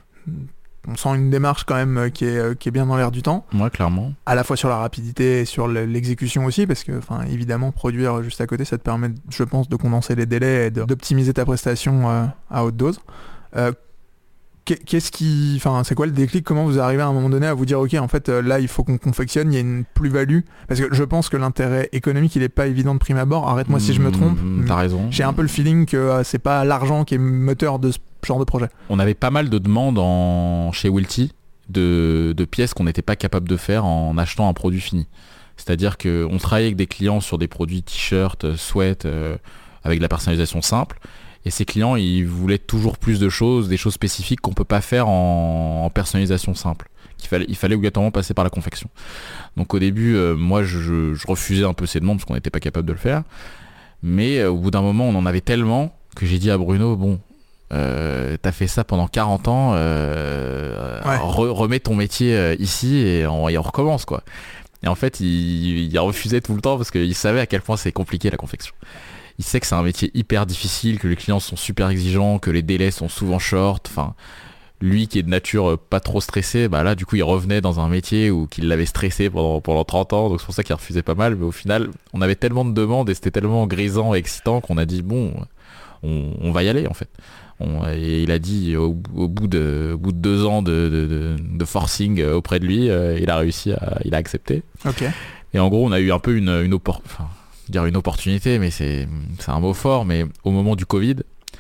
on sent une démarche quand même euh, qui est, euh, qui est bien dans l'air du temps, Moi, clairement. à la fois sur la rapidité et sur le- l'exécution aussi, parce que enfin évidemment produire juste à côté ça te permet, je pense, de condenser les délais et de- d'optimiser ta prestation euh, à haute dose. Euh, qu'est- Qu'est-ce qui, enfin c'est quoi le déclic? Comment vous arrivez à un moment donné à vous dire ok en fait euh, là il faut qu'on confectionne, il y a une plus-value, parce que je pense que l'intérêt économique il est pas évident de prime abord. Arrête-moi si je me trompe. Mmh, T'as raison. J'ai un peu le feeling que euh, c'est pas l'argent qui est moteur de ce genre de projet. On avait pas mal de demandes en... chez Wilty de, de pièces qu'on n'était pas capable de faire en achetant un produit fini. C'est-à-dire qu'on travaillait avec des clients sur des produits t-shirts, sweats, euh, avec de la personnalisation simple. Et ces clients, ils voulaient toujours plus de choses, des choses spécifiques qu'on peut pas faire en, en personnalisation simple. Qu'il fallait, il fallait obligatoirement passer par la confection. Donc au début, euh, moi, je, je, je refusais un peu ces demandes parce qu'on n'était pas capable de le faire. Mais euh, au bout d'un moment, on en avait tellement que j'ai dit à Bruno, bon, euh, t'as fait ça pendant quarante ans, euh, Ouais. re- remets ton métier euh, ici et on, et on recommence quoi. Et en fait, il, il refusait tout le temps parce qu'il savait à quel point c'est compliqué la confection. Il sait que c'est un métier hyper difficile, que les clients sont super exigeants, que les délais sont souvent short. Enfin, lui qui est de nature euh, pas trop stressé, bah là du coup il revenait dans un métier où qu'il l'avait stressé pendant, pendant trente ans, donc c'est pour ça qu'il refusait pas mal. Mais au final, on avait tellement de demandes et c'était tellement grisant et excitant qu'on a dit bon, on, on va y aller en fait. On, et il a dit au, au, bout, de, au bout de deux ans de, de, de, de forcing auprès de lui, euh, il a réussi, à, il a accepté. Ok. Et en gros, on a eu un peu une, une, oppor- enfin, dire une opportunité, mais c'est, c'est un mot fort, mais au moment du Covid,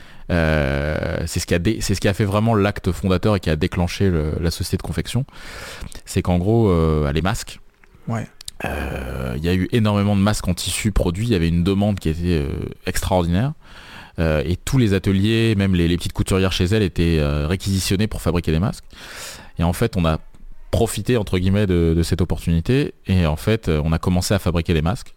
euh, c'est, ce qui a dé- c'est ce qui a fait vraiment l'acte fondateur et qui a déclenché le, la société de confection. C'est qu'en gros, euh, les masques, ouais. il euh, y a eu énormément de masques en tissu produits, il y avait une demande qui était euh, extraordinaire. Euh, et tous les ateliers, même les, les petites couturières chez elles étaient euh, réquisitionnés pour fabriquer des masques. Et en fait, on a profité entre guillemets de, de cette opportunité et en fait, on a commencé à fabriquer des masques.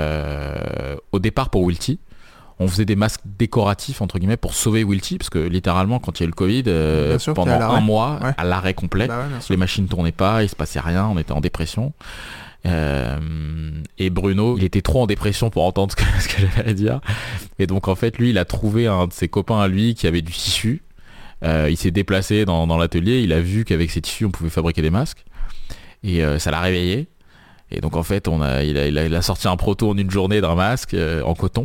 Euh, au départ pour Wilty, on faisait des masques décoratifs entre guillemets pour sauver Wilty parce que littéralement quand il y a eu le Covid, euh, sûr, pendant un mois ouais. à l'arrêt complet, bah ouais, les machines tournaient pas, il se passait rien, on était en dépression. Euh, et Bruno, il était trop en dépression pour entendre ce que, ce que j'allais à dire. Et donc en fait, lui, il a trouvé un de ses copains à lui qui avait du tissu. Euh, il s'est déplacé dans, dans l'atelier, il a vu qu'avec ces tissus, on pouvait fabriquer des masques. Et euh, ça l'a réveillé. Et donc en fait, on a, il, a, il, a, il a sorti un proto en une journée d'un masque euh, en coton.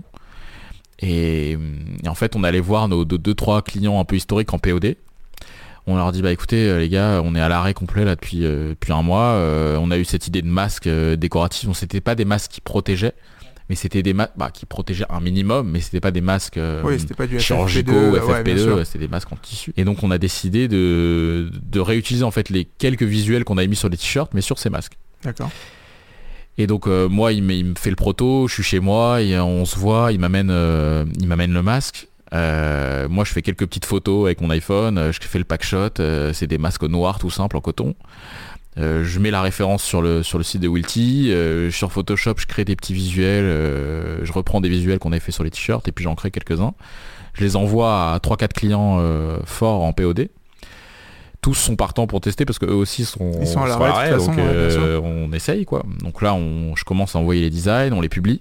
Et, et en fait, on allait voir nos deux trois clients un peu historiques en P O D. On leur dit bah écoutez euh, les gars, on est à l'arrêt complet là depuis euh, depuis un mois. Euh, on a eu cette idée de masques euh, décoratifs. Donc c'était pas des masques qui protégeaient, mais c'était des masques bah, qui protégeaient un minimum, mais c'était pas des masques euh, oui, c'était pas du chirurgicaux ou F F P deux, ouais, c'était des masques en tissu. Et donc on a décidé de de réutiliser en fait les quelques visuels qu'on avait mis sur les t-shirts, mais sur ces masques. D'accord. Et donc euh, moi il me, il me fait le proto, je suis chez moi et on se voit, il m'amène euh, il m'amène le masque. Euh, moi je fais quelques petites photos avec mon iPhone, euh, je fais le pack shot, euh, c'est des masques noirs tout simples en coton. Euh, je mets la référence sur le sur le site de Wilty, euh, sur Photoshop je crée des petits visuels, euh, je reprends des visuels qu'on avait fait sur les t-shirts et puis j'en crée quelques-uns. Je les envoie à trois quatre clients euh, forts en P O D. Tous sont partants pour tester parce qu'eux aussi sont, Ils sont à l'arrêt, donc façon, euh, ouais, on essaye quoi. Donc là on, je commence à envoyer les designs, on les publie.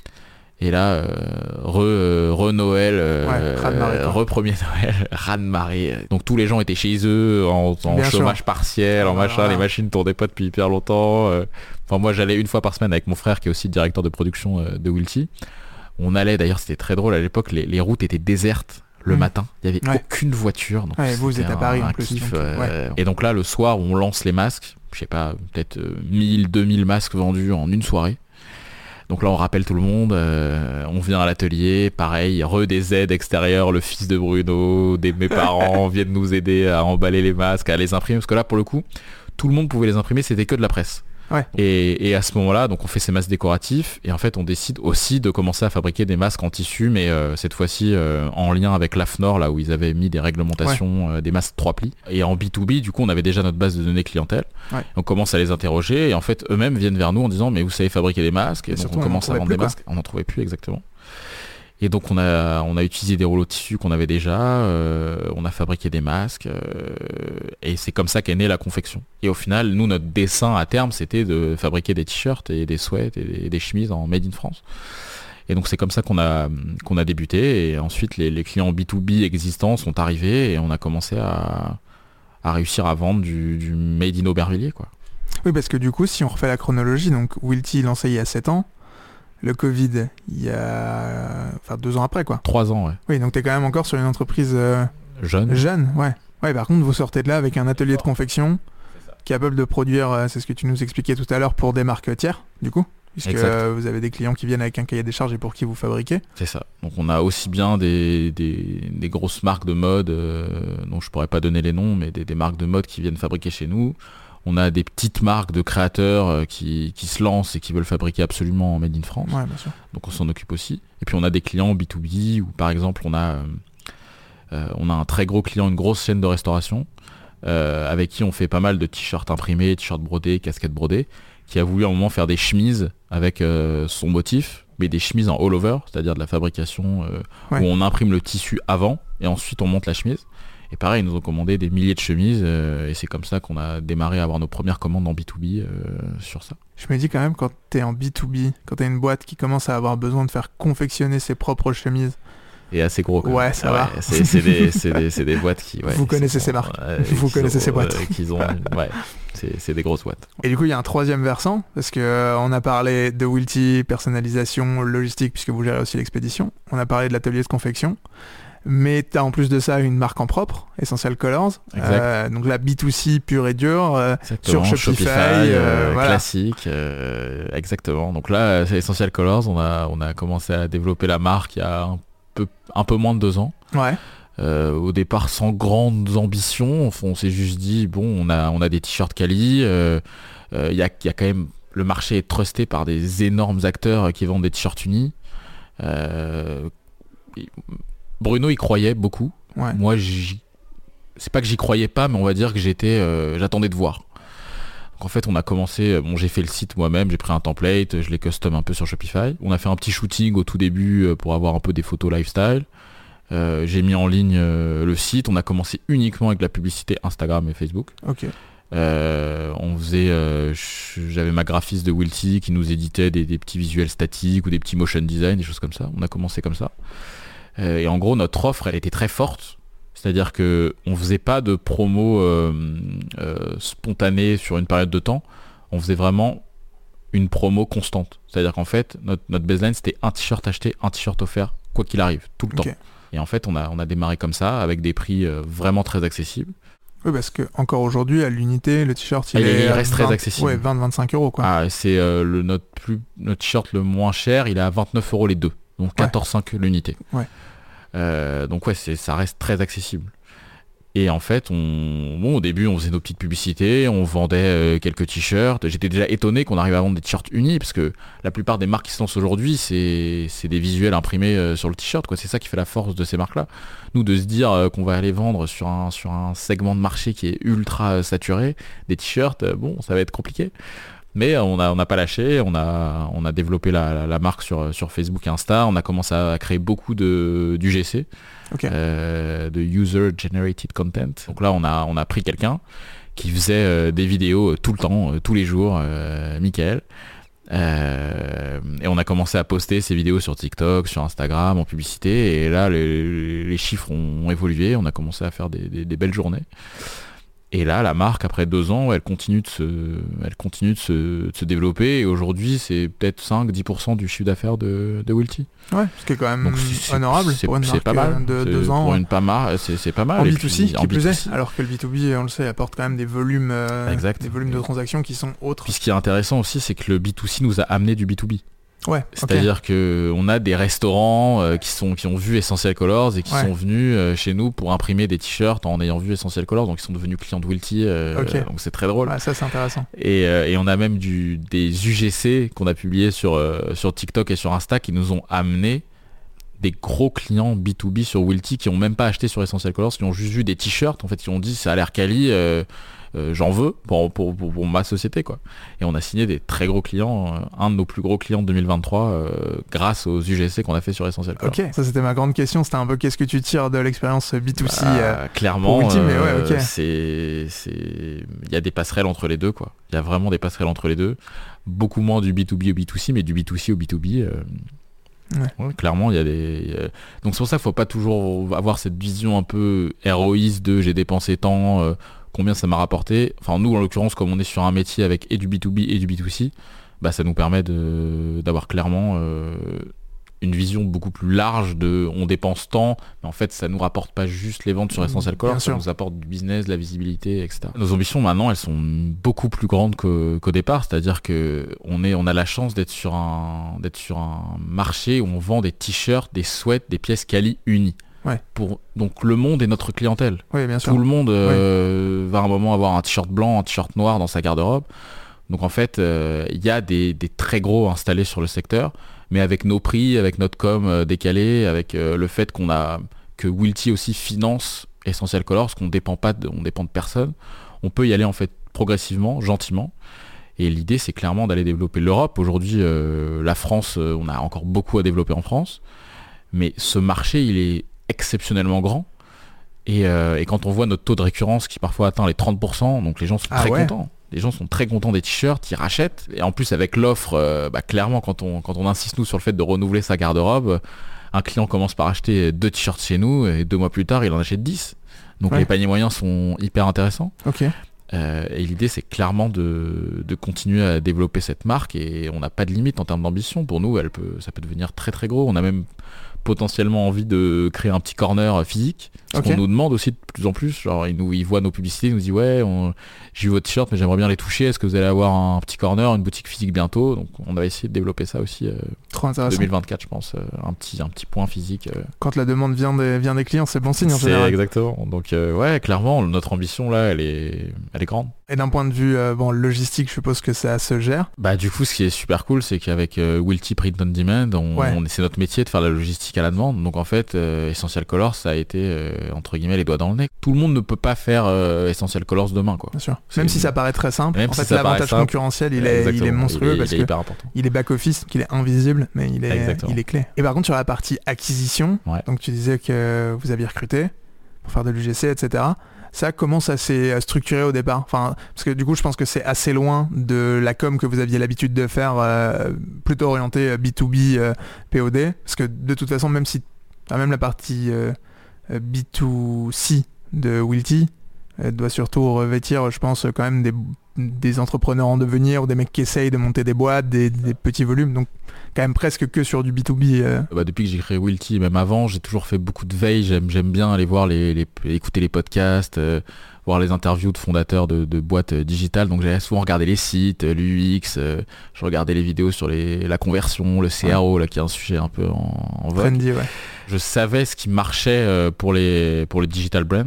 Et là, euh, re, euh, re Noël, euh, ouais, re premier Noël, raz-de-marée. Donc tous les gens étaient chez eux en, en chômage sûr. partiel, en machin, voilà. Les machines tournaient pas depuis hyper longtemps. Euh. Enfin moi j'allais une fois par semaine avec mon frère qui est aussi directeur de production euh, de Wilty. On allait, d'ailleurs c'était très drôle à l'époque, les, les routes étaient désertes le mmh. matin, il n'y avait ouais. aucune voiture. Donc ouais, vous êtes à Paris un, en un plus. Kiff, donc, euh, ouais. Et donc là le soir on lance les masques, je sais pas, peut-être euh, mille, deux mille masques vendus en une soirée. Donc là on rappelle tout le monde, euh, on vient à l'atelier, pareil, re des aides extérieures, le fils de Bruno, des mes parents viennent nous aider à emballer les masques, à les imprimer, parce que là pour le coup, tout le monde pouvait les imprimer, c'était que de la presse. Ouais. Et, et à ce moment-là, donc on fait ces masques décoratifs et en fait on décide aussi de commencer à fabriquer des masques en tissu, mais euh, cette fois-ci euh, en lien avec l'A F N O R, là où ils avaient mis des réglementations, ouais. euh, des masques trois plis. Et en B deux B, du coup on avait déjà notre base de données clientèle. Ouais. On commence à les interroger et en fait eux-mêmes viennent vers nous en disant mais vous savez fabriquer des masques, et, et donc surtout, on commence à vendre des masques. On n'en trouvait plus exactement. Et donc on a on a utilisé des rouleaux de tissu qu'on avait déjà, euh, on a fabriqué des masques euh, et c'est comme ça qu'est née la confection. Et au final, nous notre dessein à terme c'était de fabriquer des t-shirts et des sweats et des, des chemises en made in France. Et donc c'est comme ça qu'on a qu'on a débuté et ensuite les, les clients B deux B existants sont arrivés et on a commencé à à réussir à vendre du, du made in Aubervilliers quoi. Oui parce que du coup si on refait la chronologie, donc Wilty lancé il y a sept ans. Le Covid, il y a... Enfin, deux ans après, quoi. Trois ans, ouais. Oui, donc t'es quand même encore sur une entreprise... Euh... Jeune. Jeune, ouais. Ouais, par contre, vous sortez de là avec un atelier de confection capable de produire, euh, c'est ce que tu nous expliquais tout à l'heure, pour des marques tiers, du coup. Puisque euh, vous avez des clients qui viennent avec un cahier des charges et pour qui vous fabriquez. C'est ça. Donc on a aussi bien des, des, des grosses marques de mode, euh, dont je pourrais pas donner les noms, mais des, des marques de mode qui viennent fabriquer chez nous. On a des petites marques de créateurs euh, qui, qui se lancent et qui veulent fabriquer absolument en Made in France. Ouais, bien sûr. Donc on s'en occupe aussi. Et puis on a des clients B deux B où par exemple on a, euh, on a un très gros client, une grosse chaîne de restauration euh, avec qui on fait pas mal de t-shirts imprimés, t-shirts brodés, casquettes brodées, qui a voulu à un moment faire des chemises avec euh, son motif, mais des chemises en all over, c'est-à-dire de la fabrication euh, ouais. où on imprime le tissu avant et ensuite on monte la chemise. Et pareil, ils nous ont commandé des milliers de chemises euh, et c'est comme ça qu'on a démarré à avoir nos premières commandes en B deux B euh, sur ça. Je me dis quand même, quand t'es en B deux B, quand t'as une boîte qui commence à avoir besoin de faire confectionner ses propres chemises... Et assez gros. Quoi. Ouais, ça ouais, va. C'est, c'est, des, c'est, des, c'est des boîtes qui... Ouais, Vous connaissez ces marques. Euh, Vous connaissez ont, ces boîtes. Euh, qu'ils ont, ouais, c'est, c'est des grosses boîtes. Et du coup, il y a un troisième versant, parce qu'on euh, a parlé de Wilty, personnalisation, logistique, puisque vous gérez aussi l'expédition. On a parlé de l'atelier de confection. mais tu as en plus de ça une marque en propre, Essential Colors. Euh, donc la B deux C pure et dure euh, sur Shopify. Shopify euh, euh, voilà. Classique, euh, exactement. Donc là, c'est Essential Colors, on a, on a commencé à développer la marque il y a un peu, un peu moins de deux ans. Ouais. Euh, au départ sans grandes ambitions, on s'est juste dit bon, on a on a des t-shirts quali, il euh, euh, y, a, y a quand même, le marché est trusté par des énormes acteurs qui vendent des t-shirts unis. Euh, Bruno y croyait beaucoup. Ouais. Moi, j'y... c'est pas que j'y croyais pas, mais on va dire que j'étais, euh, j'attendais de voir. Donc en fait, on a commencé. Bon, j'ai fait le site moi-même, j'ai pris un template, je l'ai custom un peu sur Shopify. On a fait un petit shooting au tout début pour avoir un peu des photos lifestyle. Euh, j'ai mis en ligne euh, le site, on a commencé uniquement avec la publicité Instagram et Facebook. Ok. Euh, on faisait, euh, j'avais ma graphiste de Wilty qui nous éditait des, des petits visuels statiques ou des petits motion design, des choses comme ça. On a commencé comme ça. Euh, et en gros, notre offre, elle était très forte. C'est-à-dire que on faisait pas de promo euh, euh, spontanée sur une période de temps. On faisait vraiment une promo constante. C'est-à-dire qu'en fait, notre, notre baseline, c'était un t-shirt acheté, un t-shirt offert, quoi qu'il arrive, tout le okay. temps. Et en fait, on a, on a démarré comme ça, avec des prix euh, vraiment très accessibles. Oui, parce que encore aujourd'hui, à l'unité, le t-shirt, il, il, est il reste vingt, très accessible. Ouais, vingt à vingt-cinq euros, quoi. Ah, c'est euh, le, notre, plus, notre t-shirt le moins cher, il est à vingt-neuf euros les deux. Donc quatorze virgule cinq l'unité. Ouais. Euh, donc ouais, c'est, ça reste très accessible. Et en fait, on, bon, au début, on faisait nos petites publicités, on vendait euh, quelques t-shirts. J'étais déjà étonné qu'on arrive à vendre des t-shirts unis, parce que la plupart des marques qui se lancent aujourd'hui, c'est, c'est des visuels imprimés euh, sur le t-shirt, quoi. C'est ça qui fait la force de ces marques-là. Nous, de se dire euh, qu'on va aller vendre sur un, sur un segment de marché qui est ultra euh, saturé, des t-shirts, euh, bon, ça va être compliqué. Mais on n'a on a pas lâché, on a, on a développé la, la, la marque sur, sur Facebook et Insta, on a commencé à créer beaucoup de, d'U G C, okay. euh, de User Generated Content. Donc là, on a, on a pris quelqu'un qui faisait euh, des vidéos tout le temps, euh, tous les jours, euh, Michael. Euh, et on a commencé à poster ces vidéos sur TikTok, sur Instagram, en publicité. Et là, les, les chiffres ont, ont évolué, on a commencé à faire des, des, des belles journées. Et là, la marque, après deux ans, elle continue de se, elle continue de se, de se développer. Et aujourd'hui, c'est peut-être cinq à dix pour cent du chiffre d'affaires de, de Wilty. Ouais, ce qui est quand même donc c'est, honorable c'est, pour une c'est marque pas mal. de c'est, deux ans. Pour une pas mal, c'est, c'est pas mal. En et B deux C, puis, qui en plus B deux est, C. alors que le B deux B, on le sait, apporte quand même des volumes, euh, exact. des volumes de transactions qui sont autres. Puis ce qui est intéressant aussi, c'est que le B deux C nous a amené du B deux B. Ouais, c'est-à-dire okay. que on a des restaurants euh, qui sont qui ont vu Essential Colors et qui ouais. sont venus euh, chez nous pour imprimer des t-shirts en ayant vu Essential Colors, donc ils sont devenus clients de Wilty, euh, okay. donc c'est très drôle. Ouais, ça c'est intéressant. Et, euh, et on a même du des U G C qu'on a publiés sur euh, sur TikTok et sur Insta qui nous ont amené des gros clients B deux B sur Wilty qui ont même pas acheté sur Essential Colors, qui ont juste vu des t-shirts en fait, qui ont dit ça a l'air quali. Euh, Euh, j'en veux pour, pour, pour, pour ma société, quoi. Et on a signé des très gros clients, euh, un de nos plus gros clients de deux mille vingt-trois euh, grâce aux U G C qu'on a fait sur Essential Colors. Ok, ça c'était ma grande question, c'était un peu qu'est-ce que tu tires de l'expérience B deux C bah, euh, clairement, pour Wilty, mais ouais, euh, ok. c'est, c'est... il y a des passerelles entre les deux, quoi. Il y a vraiment des passerelles entre les deux. Beaucoup moins du B deux B au B deux C, mais du B deux C au B deux B. Euh... Ouais. Ouais, clairement, il y a des. Euh... Donc c'est pour ça qu'il faut pas toujours avoir cette vision un peu héroïste de j'ai dépensé tant. Euh... combien ça m'a rapporté. Enfin nous en l'occurrence, comme on est sur un métier avec et du B deux B et du B deux C, bah ça nous permet de, d'avoir clairement euh, une vision beaucoup plus large de on dépense tant, mais en fait ça nous rapporte pas juste les ventes sur Essential Colors, ça nous apporte du business, de la visibilité, et cetera. Nos ambitions maintenant elles sont beaucoup plus grandes qu'au, qu'au départ, c'est-à-dire que on est on a la chance d'être sur un d'être sur un marché où on vend des t-shirts, des sweats, des pièces quali unies. Ouais. Pour, donc le monde est notre clientèle. Oui, bien sûr. Tout le monde euh, ouais. va à un moment avoir un t-shirt blanc, un t-shirt noir dans sa garde-robe. Donc en fait, il euh, y a des, des très gros installés sur le secteur, mais avec nos prix, avec notre com euh, décalé, avec euh, le fait qu'on a que Wilty aussi finance Essential Colors, parce qu'on dépend pas de, on dépend de personne, on peut y aller en fait progressivement, gentiment. Et l'idée, c'est clairement d'aller développer l'Europe. Aujourd'hui, euh, la France, euh, on a encore beaucoup à développer en France, mais ce marché, il est exceptionnellement grand et, euh, et quand on voit notre taux de récurrence qui parfois atteint les trente pour cent, donc les gens sont ah très ouais. contents les gens sont très contents des t-shirts, ils rachètent et en plus avec l'offre euh, bah, clairement quand on, quand on insiste nous sur le fait de renouveler sa garde-robe, un client commence par acheter deux t-shirts chez nous et deux mois plus tard il en achète dix, donc ouais. les paniers moyens sont hyper intéressants. Ok. Euh, et l'idée c'est clairement de, de continuer à développer cette marque et on n'a pas de limite en termes d'ambition. Pour nous elle peut, ça peut devenir très très gros. On a même potentiellement envie de créer un petit corner physique. Parce Ok. qu'on nous demande aussi de plus en plus, genre ils, nous, ils voient nos publicités, ils nous disent ouais, on- j'ai vu votre t-shirt mais j'aimerais bien les toucher, est-ce que vous allez avoir un petit corner, une boutique physique bientôt? Donc on va essayer de développer ça aussi euh, Trop intéressant. deux mille vingt-quatre je pense, euh, un, petit, un petit point physique. euh. Quand la demande vient des, vient des clients, c'est bon signe en C'est général. exactement. Donc euh, ouais, clairement, notre ambition là, elle est, elle est grande. Et d'un point de vue euh, bon, logistique, je suppose que ça se gère. Bah du coup, ce qui est super cool, c'est qu'avec euh, Wilty Print on Demand, on, Ouais. on- c'est notre métier de faire la logistique à la demande. Donc en fait, euh, Essential Colors, ça a été euh, entre guillemets les doigts dans le nez. Tout le monde ne peut pas faire euh, Essential Colors demain, quoi. Bien sûr. C'est Même si une- ça paraît très simple, Même en si fait ça paraît l'avantage simple, concurrentiel il est, il Exactement. est monstrueux Il est- parce il est que hyper important. il est back-office, qu'il est invisible, mais il est, Exactement. il est clé. Et par contre sur la partie acquisition, Ouais. donc tu disais que vous aviez recruté pour faire de l'U G C, et cetera. Ça, comment ça s'est euh, structuré au départ? Enfin, parce que du coup, je pense que c'est assez loin de la com que vous aviez l'habitude de faire, euh, plutôt orienté euh, B deux B, euh, P O D. Parce que de toute façon, même si, enfin, même la partie euh, euh, B deux C de Wilty elle doit surtout revêtir, je pense, quand même des, des entrepreneurs en devenir ou des mecs qui essayent de monter des boîtes, des, des petits volumes. Donc, quand même presque que sur du B deux B. euh. Bah, depuis que j'ai créé Wilty, même avant, j'ai toujours fait beaucoup de veille. J'aime, j'aime bien aller voir les, les- écouter les podcasts, euh, voir les interviews de fondateurs de, de boîtes euh, digitales. Donc j'allais souvent regarder les sites, euh, l'U X, euh, je regardais les vidéos sur les, la conversion, le C R O, là, qui est un sujet un peu en, en vogue. Trendy, ouais. Je savais ce qui marchait euh, pour les pour les digital brands.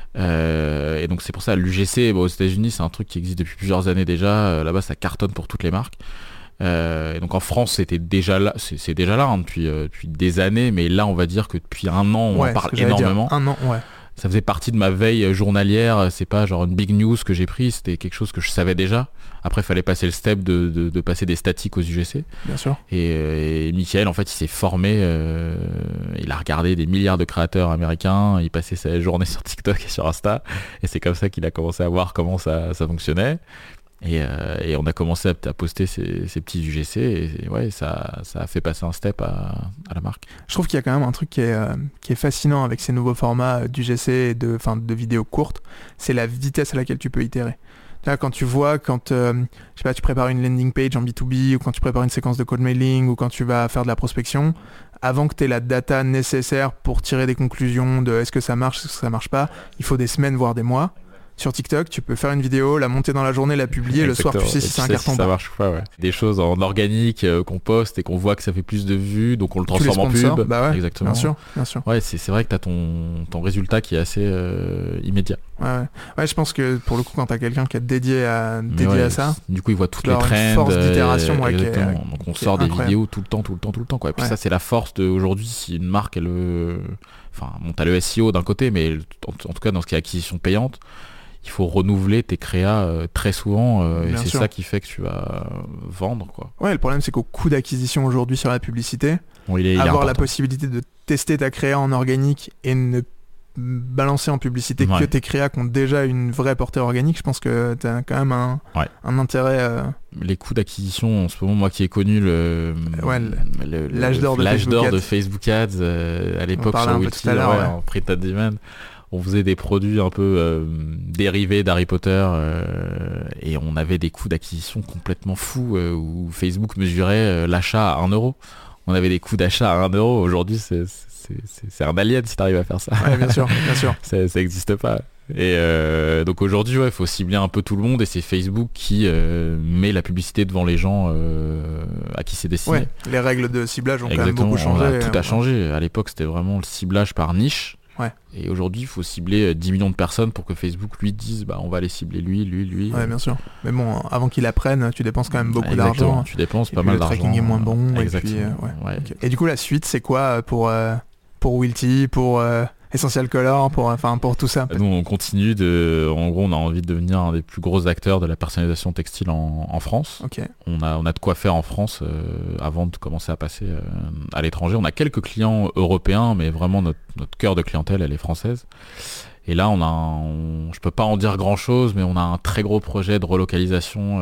Euh, et donc c'est pour ça l'U G C, bon, aux États-Unis, c'est un truc qui existe depuis plusieurs années déjà. Euh, là-bas, ça cartonne pour toutes les marques. Euh, et donc en France, c'était déjà là, c'est, c'est déjà là hein, depuis euh, depuis des années, mais là, on va dire que depuis un an, on Ouais, en ce parle que j'allais dire. énormément. Un an, ouais. Ça faisait partie de ma veille journalière. C'est pas genre une big news que j'ai pris, c'était quelque chose que je savais déjà. Après, il fallait passer le step de, de, de passer des statiques aux U G C. Bien sûr. Et, et Michael, en fait, il s'est formé, euh, il a regardé des milliards de créateurs américains, il passait sa journée sur TikTok et sur Insta, et c'est comme ça qu'il a commencé à voir comment ça, ça fonctionnait. Et, euh, et on a commencé à, à poster ces, ces petits U G C, et ouais, ça, ça a fait passer un step à, à la marque. Je trouve qu'il y a quand même un truc qui est, euh, qui est fascinant avec ces nouveaux formats d'U G C et de, enfin, de vidéos courtes, c'est la vitesse à laquelle tu peux itérer. Là, quand tu vois, quand euh, je sais pas, tu prépares une landing page en B deux B ou quand tu prépares une séquence de cold mailing ou quand tu vas faire de la prospection, avant que tu aies la data nécessaire pour tirer des conclusions de est-ce que ça marche, est-ce que ça marche pas, il faut des semaines, voire des mois. Sur TikTok, tu peux faire une vidéo, la monter dans la journée, la publier, le soir tu sais si c'est un carton ou ça pas. marche ou pas, ouais. Des choses en organique euh, qu'on poste et qu'on voit que ça fait plus de vues, donc on le Tous les transforme en sponsors, pub. bah ouais, Exactement. bien sûr, bien sûr. Ouais, c'est, c'est vrai que tu as ton, ton résultat qui est assez euh, immédiat. Ouais, ouais. ouais, je pense que pour le coup, quand t'as quelqu'un qui est dédié à, Mais dédié ouais, à ça, Du coup, ils voient toutes tu les dois avoir une trends. force d'itération, ouais, qui est- exactement. Donc on qui est sort des incroyable. vidéos tout le temps, tout le temps, tout le temps. Quoi. Et puis Ouais. ça, c'est la force d'aujourd'hui. Si une marque, elle veut... Enfin, bon, t'as le S E O d'un côté, mais en, en tout cas, dans ce qui est acquisition payante, il faut renouveler tes créas euh, très souvent. euh, et Bien c'est sûr. ça qui fait que tu vas vendre, quoi. ouais, le problème c'est qu'au coût d'acquisition aujourd'hui sur la publicité, Bon, il est, il est avoir la important. possibilité de tester ta créa en organique et ne balancer en publicité Ouais. que tes créas qui ont déjà une vraie portée organique, je pense que t'as quand même un, Ouais. un intérêt. euh, Les coûts d'acquisition, en ce moment, moi qui ai connu le, Ouais, le- le- l'âge d'or de l'âge Facebook d'or Ads. de Facebook Ads euh, à l'époque parlait sur un peu Wilty, tout à l'heure, ouais, ouais. en print on demand, on faisait des produits un peu euh, dérivés d'Harry Potter euh, et on avait des coûts d'acquisition complètement fous euh, où Facebook mesurait euh, l'achat à un euro. On avait des coûts d'achat à un euro. Aujourd'hui, c'est, c'est, c'est, c'est un alien si t'arrives à faire ça. Ouais, bien sûr, bien sûr. ça, ça existe pas. Et euh, donc aujourd'hui, il ouais, faut cibler un peu tout le monde et c'est Facebook qui euh, met la publicité devant les gens euh, à qui c'est destiné. Ouais, les règles de ciblage ont Exactement, quand même beaucoup changé. on a- tout a euh, changé. À l'époque, c'était vraiment le ciblage par niche. Ouais. Et aujourd'hui, il faut cibler euh, dix millions de personnes pour que Facebook lui dise bah on va les cibler lui, lui, lui. Ouais, bien sûr. Mais bon, avant qu'ils apprennent, tu dépenses quand même beaucoup Exactement, d'argent. tu dépenses Et pas puis mal le d'argent. tracking est moins bon. Exactement. Et, puis, euh, ouais. ouais. Ok. Et du coup, la suite, c'est quoi euh, pour, euh, pour Wilty, pour euh, Essential Color, pour, enfin, pour tout ça? Nous, on continue de. En gros, on a envie de devenir un des plus gros acteurs de la personnalisation textile en, en France. Ok. On a, on a de quoi faire en France euh, avant de commencer à passer euh, à l'étranger. On a quelques clients européens, mais vraiment notre, notre cœur de clientèle, elle est française. Et là, on a, un, on, je peux pas en dire grand chose, mais on a un très gros projet de relocalisation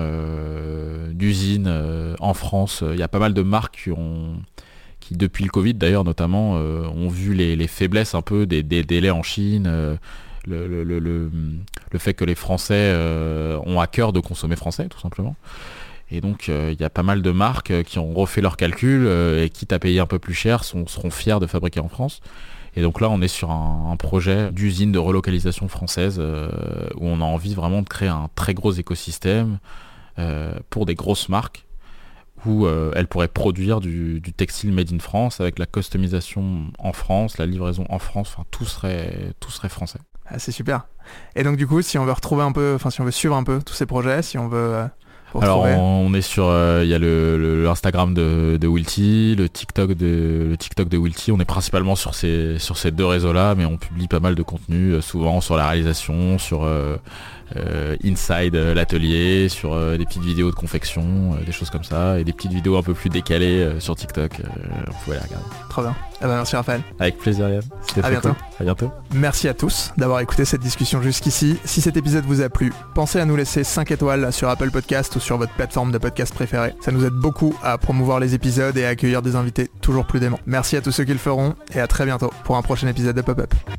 euh, d'usines euh, en France. Il y a pas mal de marques qui ont, qui depuis le Covid d'ailleurs notamment, euh, ont vu les, les faiblesses un peu des, des délais en Chine. Euh, le, le, le, le, le fait que les Français euh, ont à cœur de consommer français, tout simplement. Et donc il euh, y a pas mal de marques euh, qui ont refait leurs calculs euh, et quitte à payer un peu plus cher sont, seront fiers de fabriquer en France. Et donc là on est sur un, un projet d'usine de relocalisation française euh, où on a envie vraiment de créer un très gros écosystème euh, pour des grosses marques où euh, elles pourraient produire du, du textile made in France avec la customisation en France, la livraison en France, enfin tout serait, tout serait français. Ah, c'est super. Et donc du coup, si on veut retrouver un peu, enfin si on veut suivre un peu tous ces projets, si on veut... Euh, Alors on, on est sur, il euh, y a le, le, l'Instagram de, de Wilty, le TikTok de, le TikTok de Wilty. On est principalement sur ces, sur ces deux réseaux-là, mais on publie pas mal de contenu, euh, souvent sur la réalisation, sur euh, euh, Inside euh, l'atelier, sur euh, des petites vidéos de confection, euh, des choses comme ça, et des petites vidéos un peu plus décalées euh, sur TikTok. Euh, vous pouvez les regarder. Trop bien. Eh ben, merci Raphaël. Avec plaisir Yann. C'était à bientôt. Cool. À bientôt. Merci à tous d'avoir écouté cette discussion jusqu'ici. Si cet épisode vous a plu, pensez à nous laisser cinq étoiles sur Apple Podcast ou sur votre plateforme de podcast préférée. Ça nous aide beaucoup à promouvoir les épisodes et à accueillir des invités toujours plus déments. Merci à tous ceux qui le feront et à très bientôt pour un prochain épisode de Pop-Up.